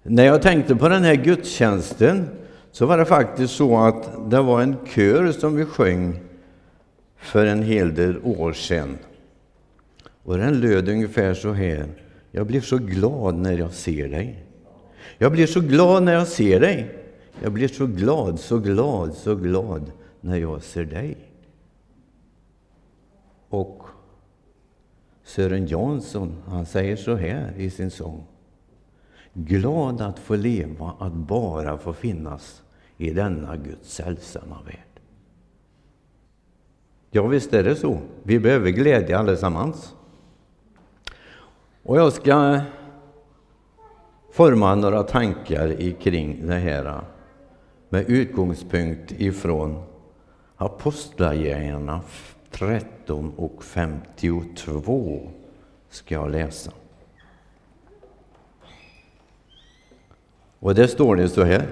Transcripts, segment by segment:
När jag tänkte på den här gudstjänsten så var det faktiskt så att det var en kör som vi sjöng för en hel del år sedan. Och den löd ungefär så här: jag blir så glad när jag ser dig. Jag blir så glad när jag ser dig. Jag blir så glad, så glad, så glad när jag ser dig. Och Sören Jansson, han säger så här i sin sång: glad att få leva, att bara få finnas i denna Guds sällsamma värld. Ja, visst är det så. Vi behöver glädje allesammans. Och jag ska forma några tankar kring det här med utgångspunkt ifrån Apostlagärningarna 13 och 52 ska jag läsa. Och där står det så här: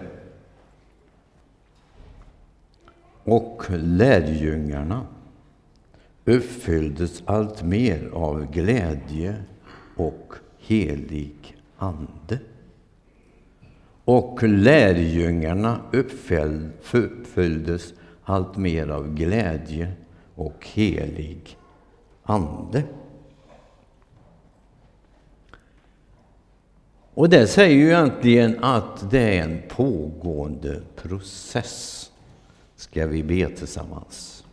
och lärjungarna uppfylldes allt mer av glädje och helig ande. Och lärjungarna uppfylldes allt mer av glädje och helig ande. Och det säger ju egentligen att det är en pågående process. Ska vi be tillsammans.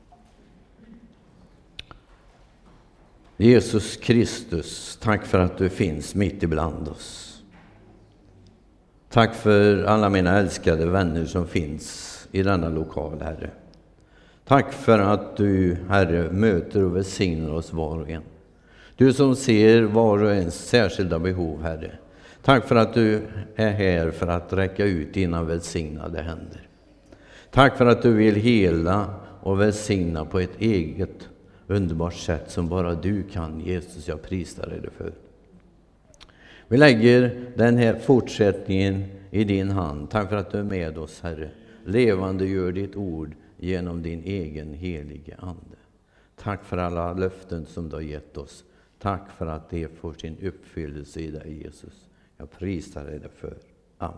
Jesus Kristus, tack för att du finns mitt ibland oss. Tack för alla mina älskade vänner som finns i denna lokal, Herre. Tack för att du, Herre, möter och välsignar oss var och en. Du som ser var och ens särskilda behov, Herre. Tack för att du är här för att räcka ut dina välsignade händer. Tack för att du vill hela och välsigna på ett eget underbart sätt som bara du kan, Jesus. Jag prisar dig för. Vi lägger den här fortsättningen i din hand. Tack för att du är med oss, Herre. Levande gör ditt ord genom din egen helige ande. Tack för alla löften som du har gett oss. Tack för att det får sin uppfyllelse i dig, Jesus. Jag prisar dig för. Amen.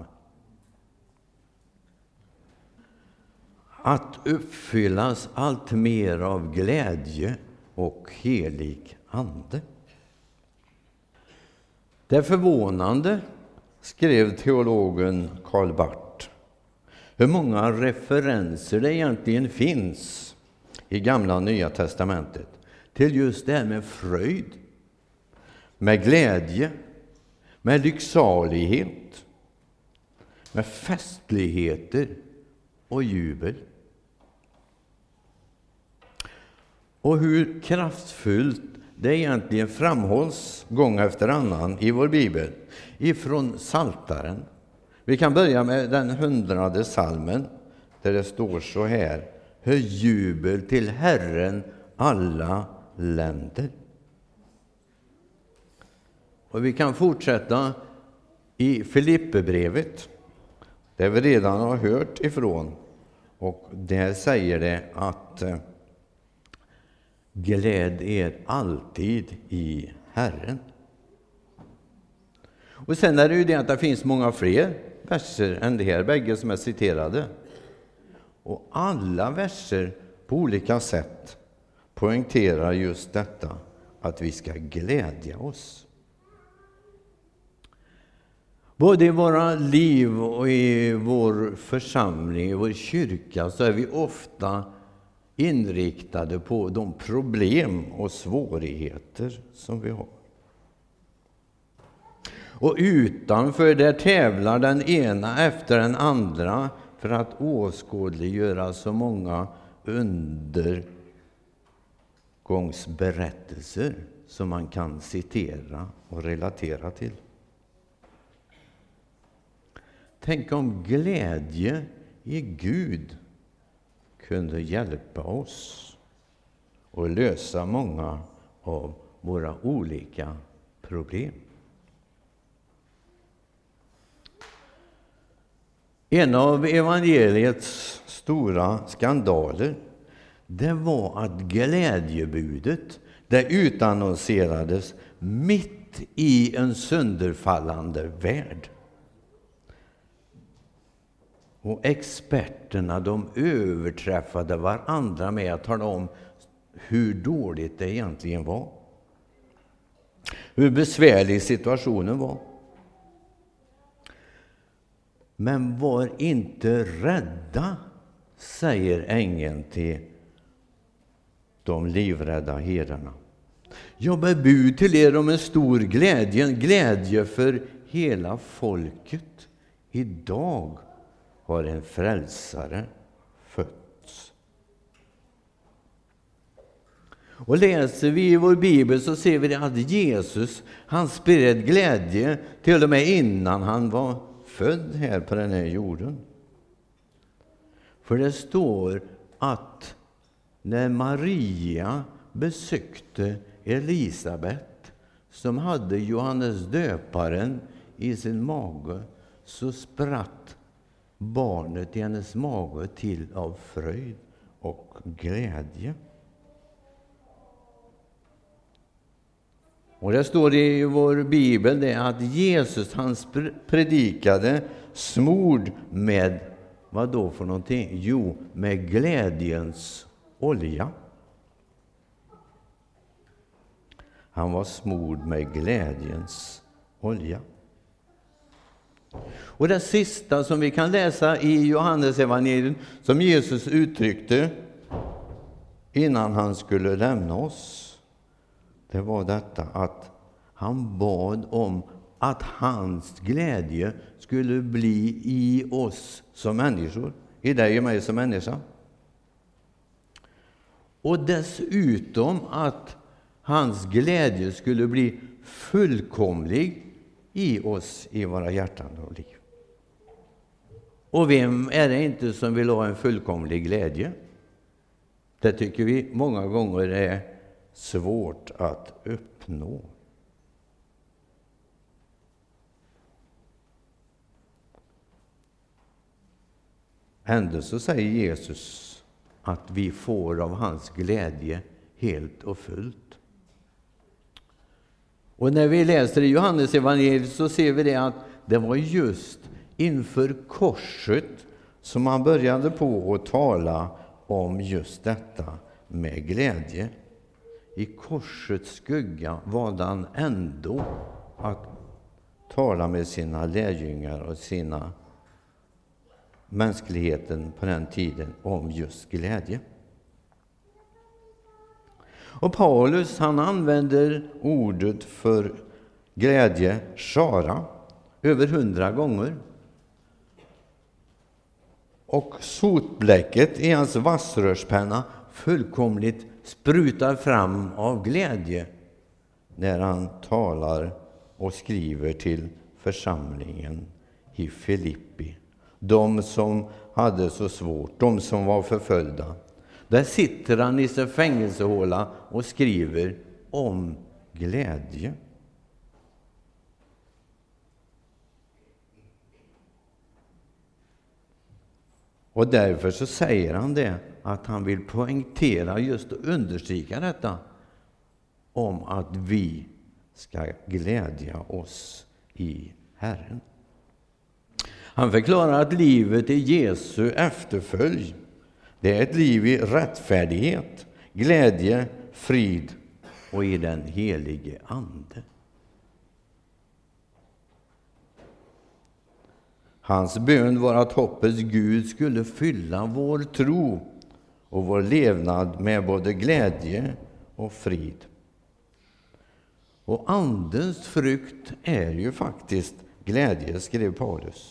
Att uppfyllas allt mer av glädje och helig ande. Det är förvånande, skrev teologen Karl Barth, hur många referenser det egentligen finns i Gamla och Nya testamentet till just det här med fröjd, med glädje, med lycksalighet, med festligheter och jubel. Och hur kraftfullt det egentligen framhålls gång efter annan i vår bibel ifrån Psaltaren. Vi kan börja med den 100:e psalmen där det står så här: höj jubel till Herren alla länder. Och vi kan fortsätta i Filipperbrevet, där vi redan har hört ifrån. Och där säger det att gläd er alltid i Herren. Och sen är det ju det att det finns många fler verser än de här bägge som är citerade. Och alla verser på olika sätt poängterar just detta, att vi ska glädja oss. Både i våra liv och i vår församling, i vår kyrka, så är vi ofta inriktade på de problem och svårigheter som vi har. Och utanför där tävlar den ena efter den andra för att åskådliggöra så många undergångsberättelser som man kan citera och relatera till. Tänk om glädje i Gud kunde hjälpa oss och lösa många av våra olika problem. En av evangeliets stora skandaler, det var att glädjebudet, det utannonserades mitt i en sönderfallande värld. Och experterna, de överträffade varandra med att tala om hur dåligt det egentligen var. Hur besvärlig situationen var. Men var inte rädda, säger ängeln till de livrädda herdarna. Jag bär bud till er om en stor glädje, en glädje för hela folket. Idag har en frälsare fötts. Och läser vi i vår bibel så ser vi att Jesus, han spred glädje till och med innan han var född här på den här jorden. För det står att när Maria besökte Elisabet, som hade Johannes döparen i sin mage, så spratt barnet i hennes mage till av fröjd och glädje. Och det står i vår bibel det att Jesus, han predikade smord med vad då för någonting? Jo, med glädjens olja. Han var smord med glädjens olja. Och det sista som vi kan läsa i Johannes evangelium, som Jesus uttryckte innan han skulle lämna oss, det var detta att han bad om att hans glädje skulle bli i oss som människor, i dig och mig som människa. Och dessutom att hans glädje skulle bli fullkomlig i oss, i våra hjärtan och liv. Och vem är det inte som vill ha en fullkomlig glädje? Det tycker vi många gånger är svårt att uppnå. Ändå så säger Jesus att vi får av hans glädje helt och fullt. Och när vi läser i Johannes evangeliet så ser vi det att det var just inför korset som han började på att tala om just detta med glädje. I korsets skugga valde han ändå att tala med sina lärjungar och sina mänskligheten på den tiden om just glädje. Och Paulus, han använder ordet för glädje, chara, över 100 gånger. Och sotbläcket i hans vassrörspenna fullkomligt sprutar fram av glädje när han talar och skriver till församlingen i Filippi. De som hade så svårt, de som var förföljda. Där sitter han i sin fängelsehåla och skriver om glädje. Och därför så säger han det, att han vill poängtera just och understryka detta om att vi ska glädja oss i Herren. Han förklarar att livet i Jesu efterföljd, det är ett liv i rättfärdighet, glädje, frid och i den helige Ande. Hans bön var att hoppets Gud skulle fylla vår tro och vår levnad med både glädje och frid. Och andens frukt är ju faktiskt glädje, skrev Paulus.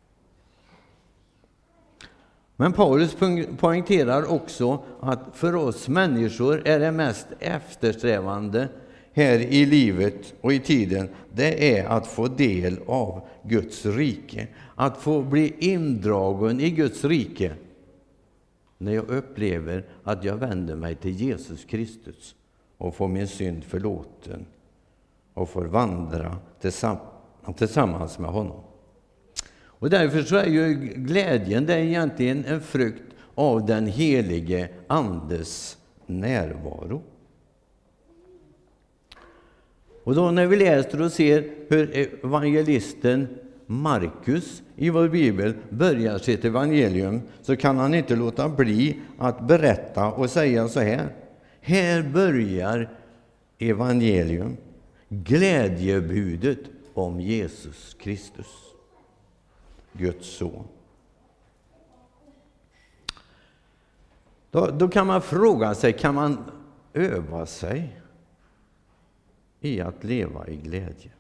Men Paulus poängterar också att för oss människor är det mest eftersträvande här i livet och i tiden, det är att få del av Guds rike. Att få bli indragen i Guds rike när jag upplever att jag vänder mig till Jesus Kristus och får min synd förlåten och får vandra tillsammans med honom. Och därför så är ju glädjen, det är egentligen en frukt av den helige Andes närvaro. Och då när vi läser och ser hur evangelisten Markus i vår bibel börjar sitt evangelium, så kan han inte låta bli att berätta och säga så här. Här börjar evangelium, glädjebudet om Jesus Kristus, Guds son. Då kan man fråga sig, kan man öva sig i att leva i glädje?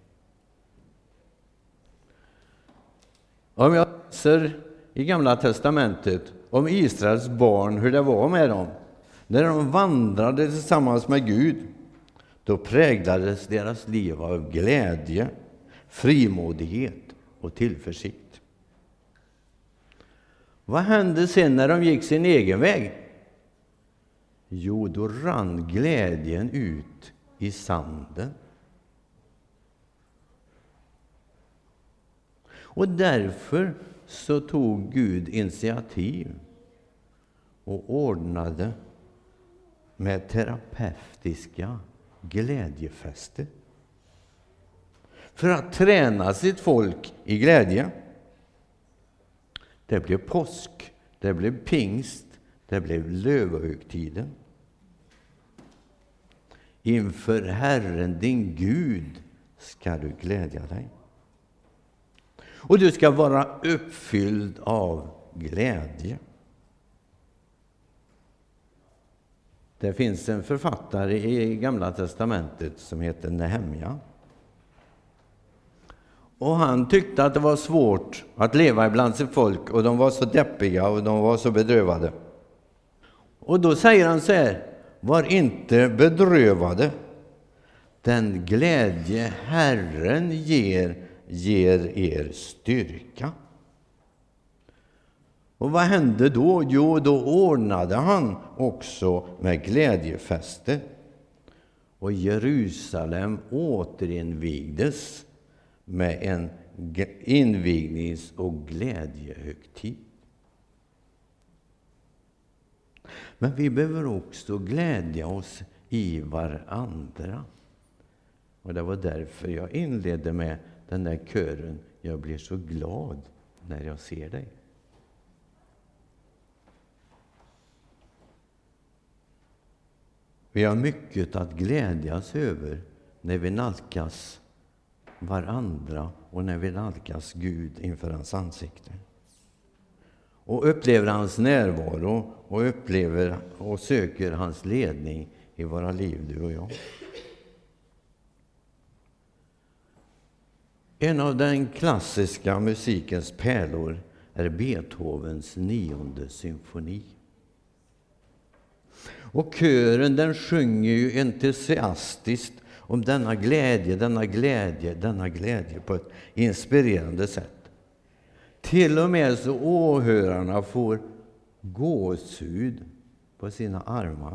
Om jag läser i Gamla testamentet om Israels barn, hur det var med dem, när de vandrade tillsammans med Gud, då präglades deras liv av glädje, frimodighet och tillförsikt. Vad hände sen när de gick sin egen väg? Jo, då rann glädjen ut i sanden. Och därför så tog Gud initiativ och ordnade med terapeutiska glädjefester för att träna sitt folk i glädje. Det blev påsk, det blev pingst, det blev lövhögtiden. Inför Herren din Gud ska du glädja dig. Och du ska vara uppfylld av glädje. Det finns en författare i Gamla testamentet som heter Nehemja. Och han tyckte att det var svårt att leva ibland sitt folk, och de var så deppiga och de var så bedrövade. Och då säger han så här: var inte bedrövade. Den glädje Herren ger er styrka. Och vad hände då? Jo, då ordnade han också med glädjefester. Och Jerusalem återinvigdes med en invignings- och glädjehögtid. Men vi behöver också glädja oss i varandra. Och det var därför jag inledde med den där kören: jag blir så glad när jag ser dig. Vi har mycket att glädjas över när vi nalkas varandra och när vi nalkas Gud inför hans ansikte. Och upplever hans närvaro och upplever och söker hans ledning i våra liv, du och jag. En av den klassiska musikens pärlor är Beethovens 9:e symfoni. Och kören, den sjunger ju entusiastiskt om denna glädje på ett inspirerande sätt. Till och med så åhörarna får gåshud på sina armar.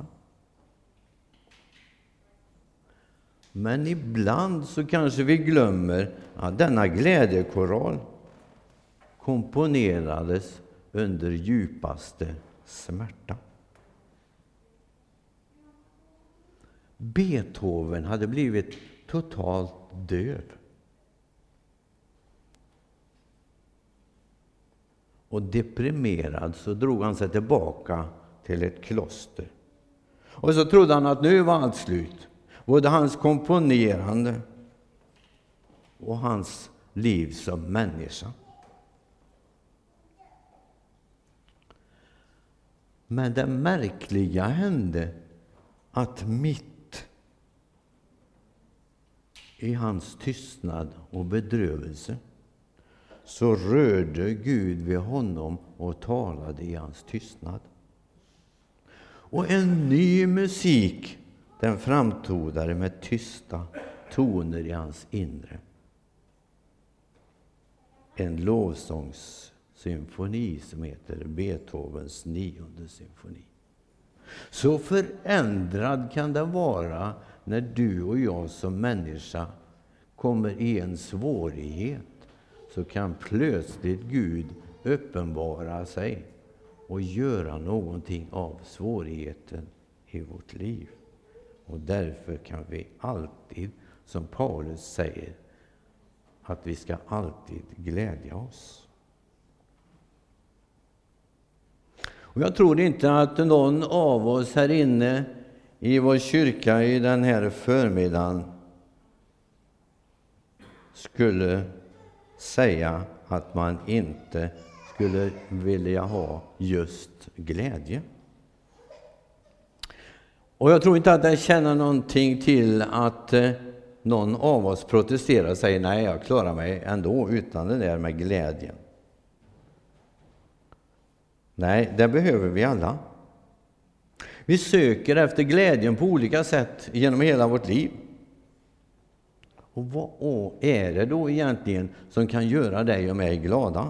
Men ibland så kanske vi glömmer att denna glädjekoral komponerades under djupaste smärta. Beethoven hade blivit totalt döv. Och deprimerad så drog han sig tillbaka till ett kloster. Och så trodde han att nu var allt slut. Både hans komponerande och hans liv som människa. Men det märkliga hände att mitt i hans tystnad och bedrövelse så rörde Gud vid honom och talade i hans tystnad. Och en ny musik, den framtonade med tysta toner i hans inre. En lovsångssymfoni som heter Beethovens 9:e symfoni. Så förändrad kan det vara när du och jag som människa kommer i en svårighet, så kan plötsligt Gud uppenbara sig och göra någonting av svårigheten i vårt liv. Och därför kan vi alltid, som Paulus säger, att vi ska alltid glädja oss. Och jag tror inte att någon av oss här inne i vår kyrka i den här förmiddagen skulle säga att man inte skulle vilja ha just glädje. Och jag tror inte att det känner någonting till att någon av oss protesterar och säger nej, jag klarar mig ändå utan det där med glädjen. Nej, det behöver vi alla. Vi söker efter glädjen på olika sätt genom hela vårt liv. Och vad är det då egentligen som kan göra dig och mig glada?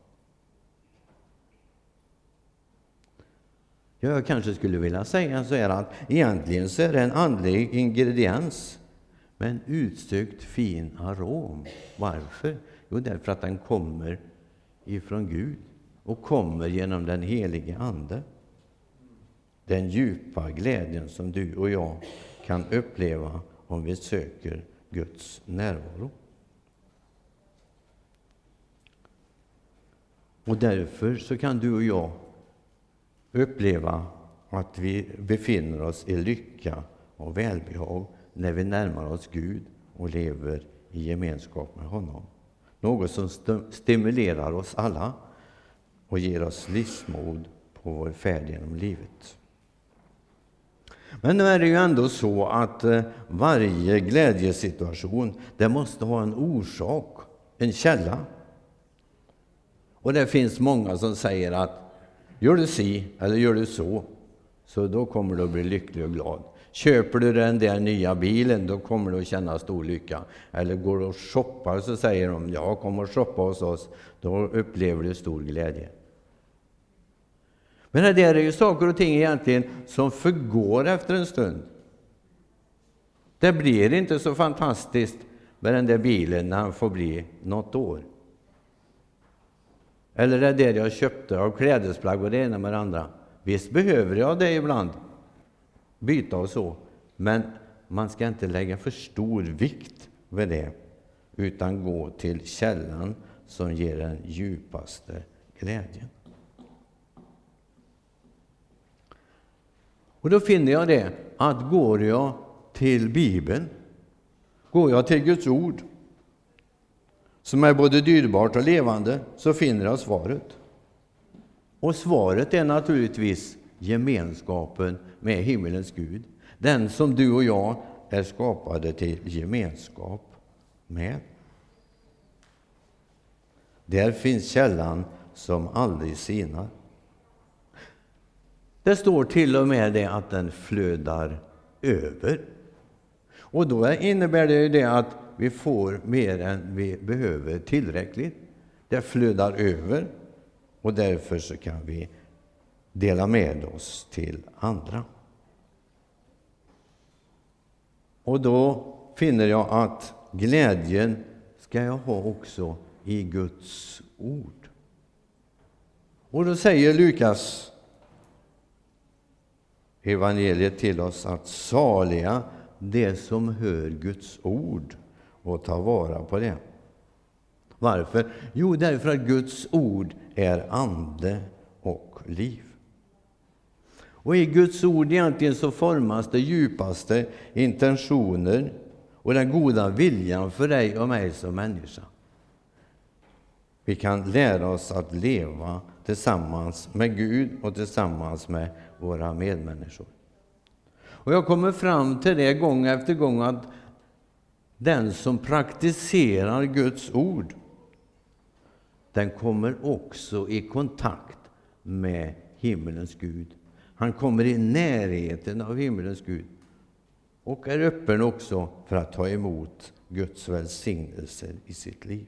Jag kanske skulle vilja säga så här att egentligen så är det en andlig ingrediens med en utsökt fin arom. Varför? Jo, därför att den kommer ifrån Gud och kommer genom den helige Ande. Den djupa glädjen som du och jag kan uppleva om vi söker Guds närvaro. Och därför så kan du och jag uppleva att vi befinner oss i lycka och välbehag när vi närmar oss Gud och lever i gemenskap med honom. Något som stimulerar oss alla och ger oss livsmod på vår färd genom livet. Men nu är det ju ändå så att varje glädjesituation, det måste ha en orsak, en källa. Och det finns många som säger att gör du si eller gör du så då kommer du att bli lycklig och glad. Köper du den där nya bilen, då kommer du att känna stor lycka. Eller går du och shoppar, så säger de, ja, kom och shoppa hos oss, då upplever du stor glädje. Men det där är ju saker och ting egentligen som förgår efter en stund. Det blir inte så fantastiskt med den där bilen när han får bli något år. Eller det där jag köpte av klädesplagg och det ena med det andra. Visst behöver jag det ibland, byta och så. Men man ska inte lägga för stor vikt vid det, utan gå till källan som ger den djupaste glädjen. Och då finner jag det att går jag till Bibeln, går jag till Guds ord, som är både dyrbart och levande, så finner jag svaret. Och svaret är naturligtvis gemenskapen med himmelens Gud. Den som du och jag är skapade till gemenskap med. Där finns källan som aldrig sinar. Det står till och med det att den flödar över. Och då innebär det ju det att vi får mer än vi behöver tillräckligt. Det flödar över och därför så kan vi dela med oss till andra. Och då finner jag att glädjen ska jag ha också i Guds ord. Och då säger Lukas evangeliet till oss att saliga det som hör Guds ord och tar vara på det. Varför? Jo, därför att Guds ord är ande och liv. Och i Guds ord egentligen så formas det djupaste intentioner och den goda viljan för dig och mig som människa. Vi kan lära oss att leva tillsammans med Gud och tillsammans med våra medmänniskor. Och jag kommer fram till det gång efter gång att den som praktiserar Guds ord, den kommer också i kontakt med himmelens Gud. Han kommer i närheten av himmelens Gud och är öppen också för att ta emot Guds välsignelser i sitt liv.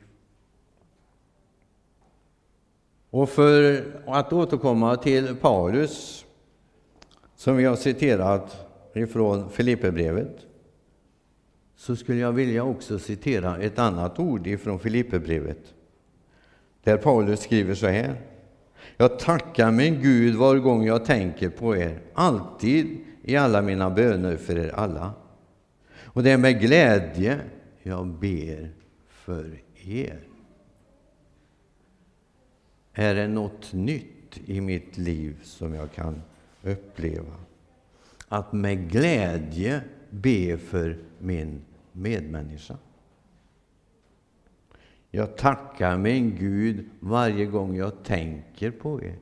Och för att återkomma till Paulus, som vi har citerat ifrån Filipperbrevet, så skulle jag vilja också citera ett annat ord ifrån Filipperbrevet, där Paulus skriver så här: jag tackar min Gud var gång jag tänker på er, alltid i alla mina böner för er alla. Och det är med glädje jag ber för er? Är det något nytt i mitt liv som jag kan uppleva? Att med glädje be för min medmänniska. Jag tackar min Gud varje gång jag tänker på er.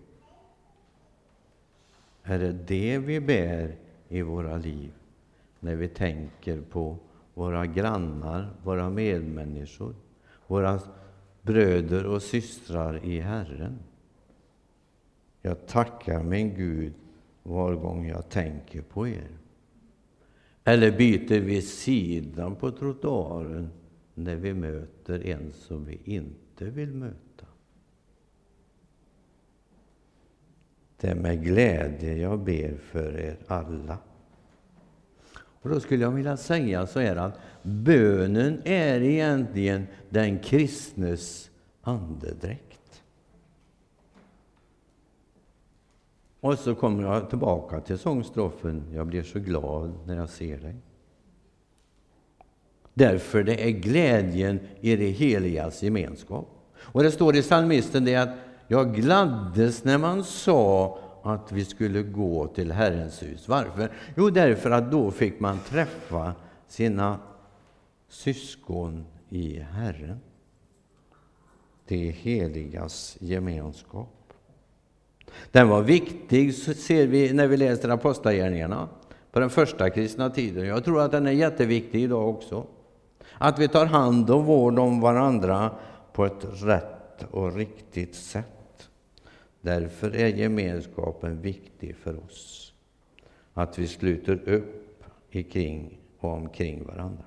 Är det vi bär i våra liv när vi tänker på våra grannar, våra medmänniskor, våra bröder och systrar i Herren? Jag tackar min Gud var gång jag tänker på er. Eller byter vi sidan på trottoaren när vi möter en som vi inte vill möta? Det är med glädje jag ber för er alla. Och då skulle jag vilja säga så här att bönen är egentligen den kristnes andedräkt. Och så kommer jag tillbaka till sångstrofen. Jag blir så glad när jag ser dig. Därför det är glädjen i det heligas gemenskap. Och det står i psalmisten det att jag gladdes när man sa att vi skulle gå till Herrens hus. Varför? Jo, därför att då fick man träffa sina syskon i Herren. Det heligas gemenskap. Den var viktig, så ser vi när vi läser apostlagärningarna på den första kristna tiden. Jag tror att den är jätteviktig idag också. Att vi tar hand och vård om varandra på ett rätt och riktigt sätt. Därför är gemenskapen viktig för oss. Att vi sluter upp ikring och omkring varandra.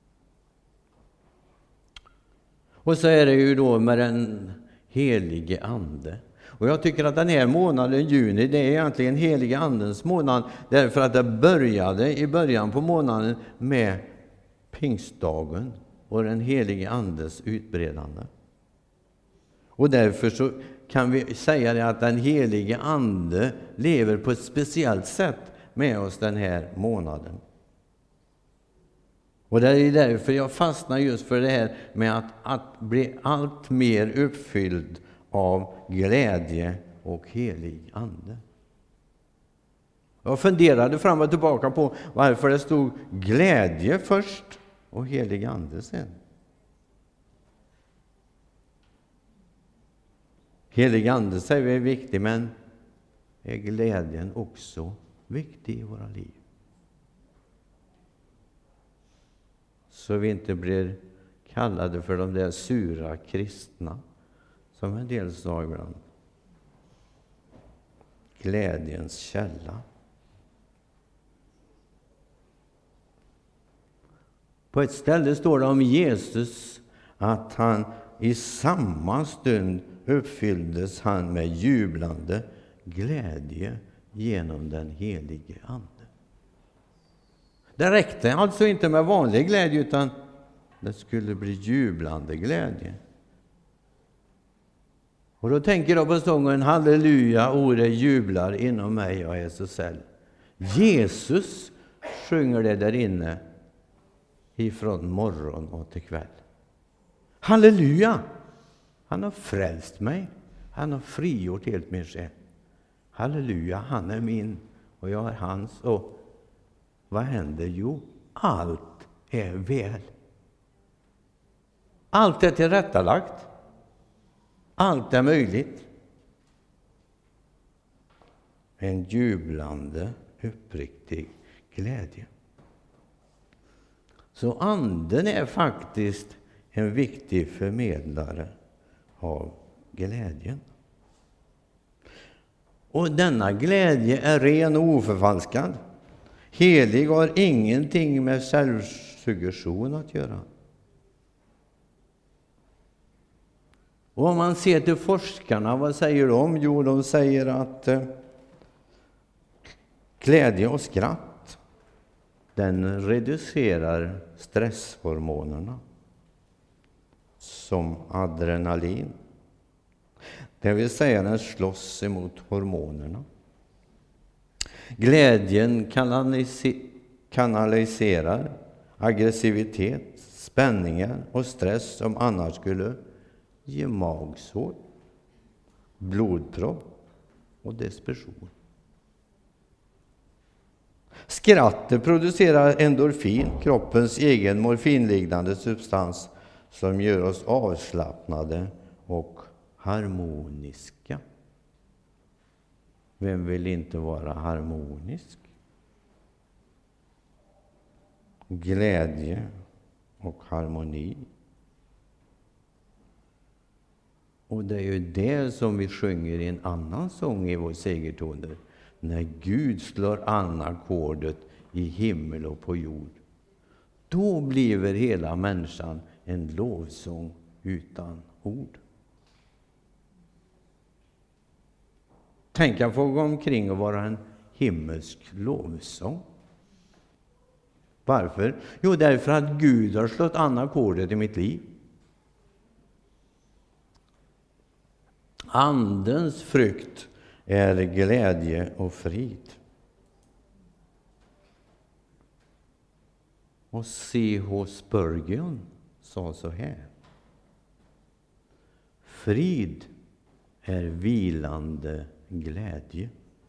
Och så är det ju då med den helige ande. Och jag tycker att den här månaden, juni, det är egentligen helige andens månad. Därför att det började i början på månaden med pingstdagen och den helige andes utbredande. Och därför så kan vi säga det att den helige ande lever på ett speciellt sätt med oss den här månaden. Och det är därför jag fastnar just för det här med att bli allt mer uppfylld av glädje och helig ande. Jag funderade fram och tillbaka på varför det stod glädje först och helig ande sen. Helig ande säger vi är viktig, men är glädjen också viktig i våra liv? Så vi inte blir kallade för de där sura kristna, som en del sa ibland. Glädjens källa. På ett ställe står det om Jesus att han i samma stund uppfylldes han med jublande glädje genom den helige ande. Det räckte alltså inte med vanlig glädje, utan det skulle bli jublande glädje. Och då tänker jag på sången Halleluja, ore jublar inom mig, jag är så säll. Jesus sjunger det där inne ifrån morgon och till kväll. Halleluja! Han har frälst mig. Han har frigjort helt min själ. Halleluja, han är min och jag är hans. Och vad händer? Jo, allt är väl. Allt är tillrättalagt. Allt är möjligt. En jublande, uppriktig glädje. Så anden är faktiskt en viktig förmedlare av glädjen. Och denna glädje är ren och oförfalskad. Helig har ingenting med självsuggestion att göra. Och om man ser till forskarna, vad säger de? Jo, de säger att glädje och skratt, den reducerar stresshormonerna som adrenalin. Det vill säga den slåss emot hormonerna. Glädjen kanaliserar aggressivitet, spänningar och stress som annars skulle ge magsår, blodpropp och depression. Skrattet producerar endorfin, kroppens egen morfinliknande substans som gör oss avslappnade och harmoniska. Vem vill inte vara harmonisk? Glädje och harmoni. Och det är ju det som vi sjunger i en annan sång i vår segertoner. När Gud slår an ackordet i himmel och på jord, då blir hela människan en lovsång utan ord. Tänk att få gå omkring och vara en himmelsk lovsång. Varför? Jo, därför att Gud har slått an ackordet i mitt liv. Andens frukt är glädje och frid. Och C.H. Spurgeon sa så här: frid är vilande glädje,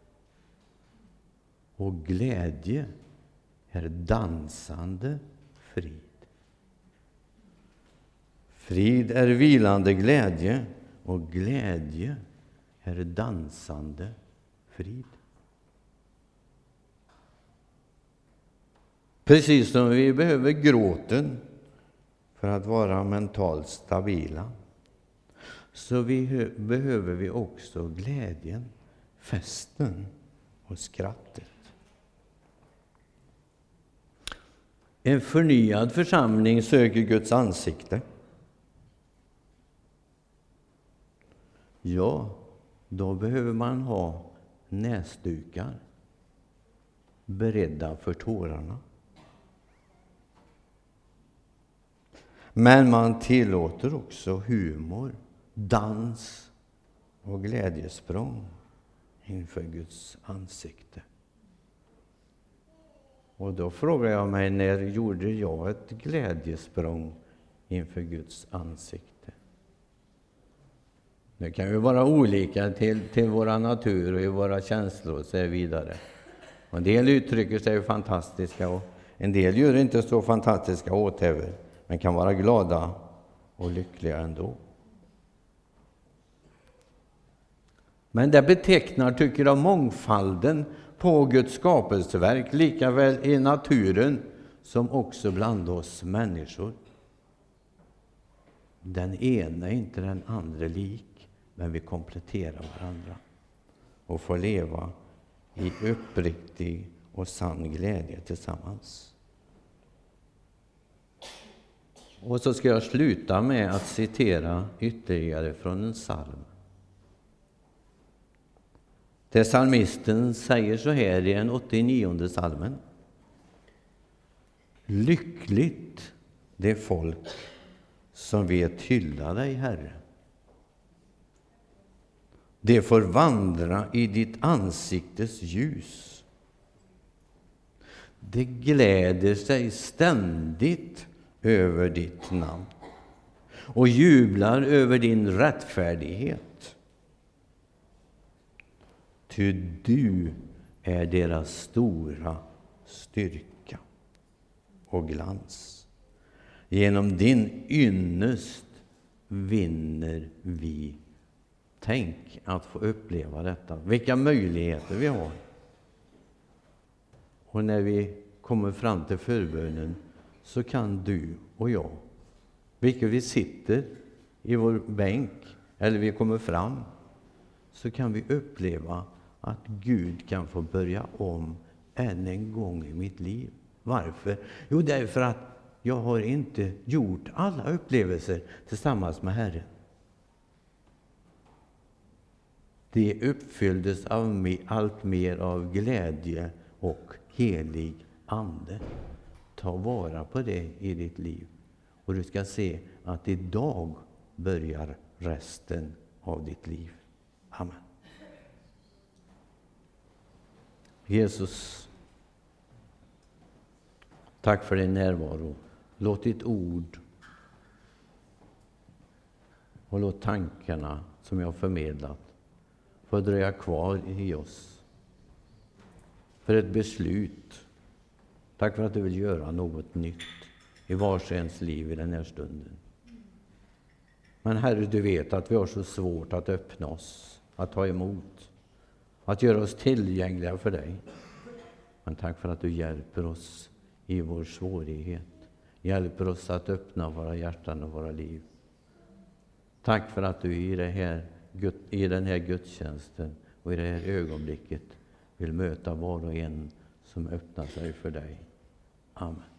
och glädje är dansande frid. Frid är vilande glädje, och glädje är dansande frid. Precis som vi behöver gråten för att vara mentalt stabila, så behöver vi också glädjen, festen och skrattet. En förnyad församling söker Guds ansikte. Ja, då behöver man ha näsdukar beredda för tårarna. Men man tillåter också humor, dans och glädjesprång inför Guds ansikte. Och då frågar jag mig, när gjorde jag ett glädjesprång inför Guds ansikte? Det kan ju vara olika till våra natur och i våra känslor och så vidare. Och en del uttrycker sig fantastiska och en del gör inte så fantastiska åthävor, men kan vara glada och lyckliga ändå. Men det betecknar, tycker jag, mångfalden på Guds skapelseverk, lika väl i naturen som också bland oss människor. Den ena är inte den andra lik, men vi kompletterar varandra och får leva i uppriktig och sann glädje tillsammans. Och så ska jag sluta med att citera ytterligare från en psalm. Där psalmisten säger så här i den 89:e psalmen: lyckligt det folk som vet hylla dig, Herre. Det får vandra i ditt ansiktes ljus. Det gläder sig ständigt över ditt namn och jublar över din rättfärdighet. Ty du är deras stora styrka och glans. Genom din ynnest vinner vi. Tänk att få uppleva detta. Vilka möjligheter vi har. Och när vi kommer fram till förbönen så kan du och jag, vilket vi sitter i vår bänk eller vi kommer fram, så kan vi uppleva att Gud kan få börja om än en gång i mitt liv. Varför? Jo, därför att jag har inte gjort alla upplevelser tillsammans med Herren. Det uppfylldes av allt mer av glädje och helig ande. Ta vara på det i ditt liv. Och du ska se att idag börjar resten av ditt liv. Amen. Jesus, tack för din närvaro. Låt ditt ord och låt tankarna som jag har förmedlat få dröja kvar i oss för ett beslut. Tack för att du vill göra något nytt i vars ens liv i den här stunden. Men Herre, du vet att vi har så svårt att öppna oss, att ta emot, att göra oss tillgängliga för dig. Men tack för att du hjälper oss i vår svårighet. Hjälper oss att öppna våra hjärtan och våra liv. Tack för att du i den här gudstjänsten och i det här ögonblicket vill möta var och en som öppnar sig för dig. Amen.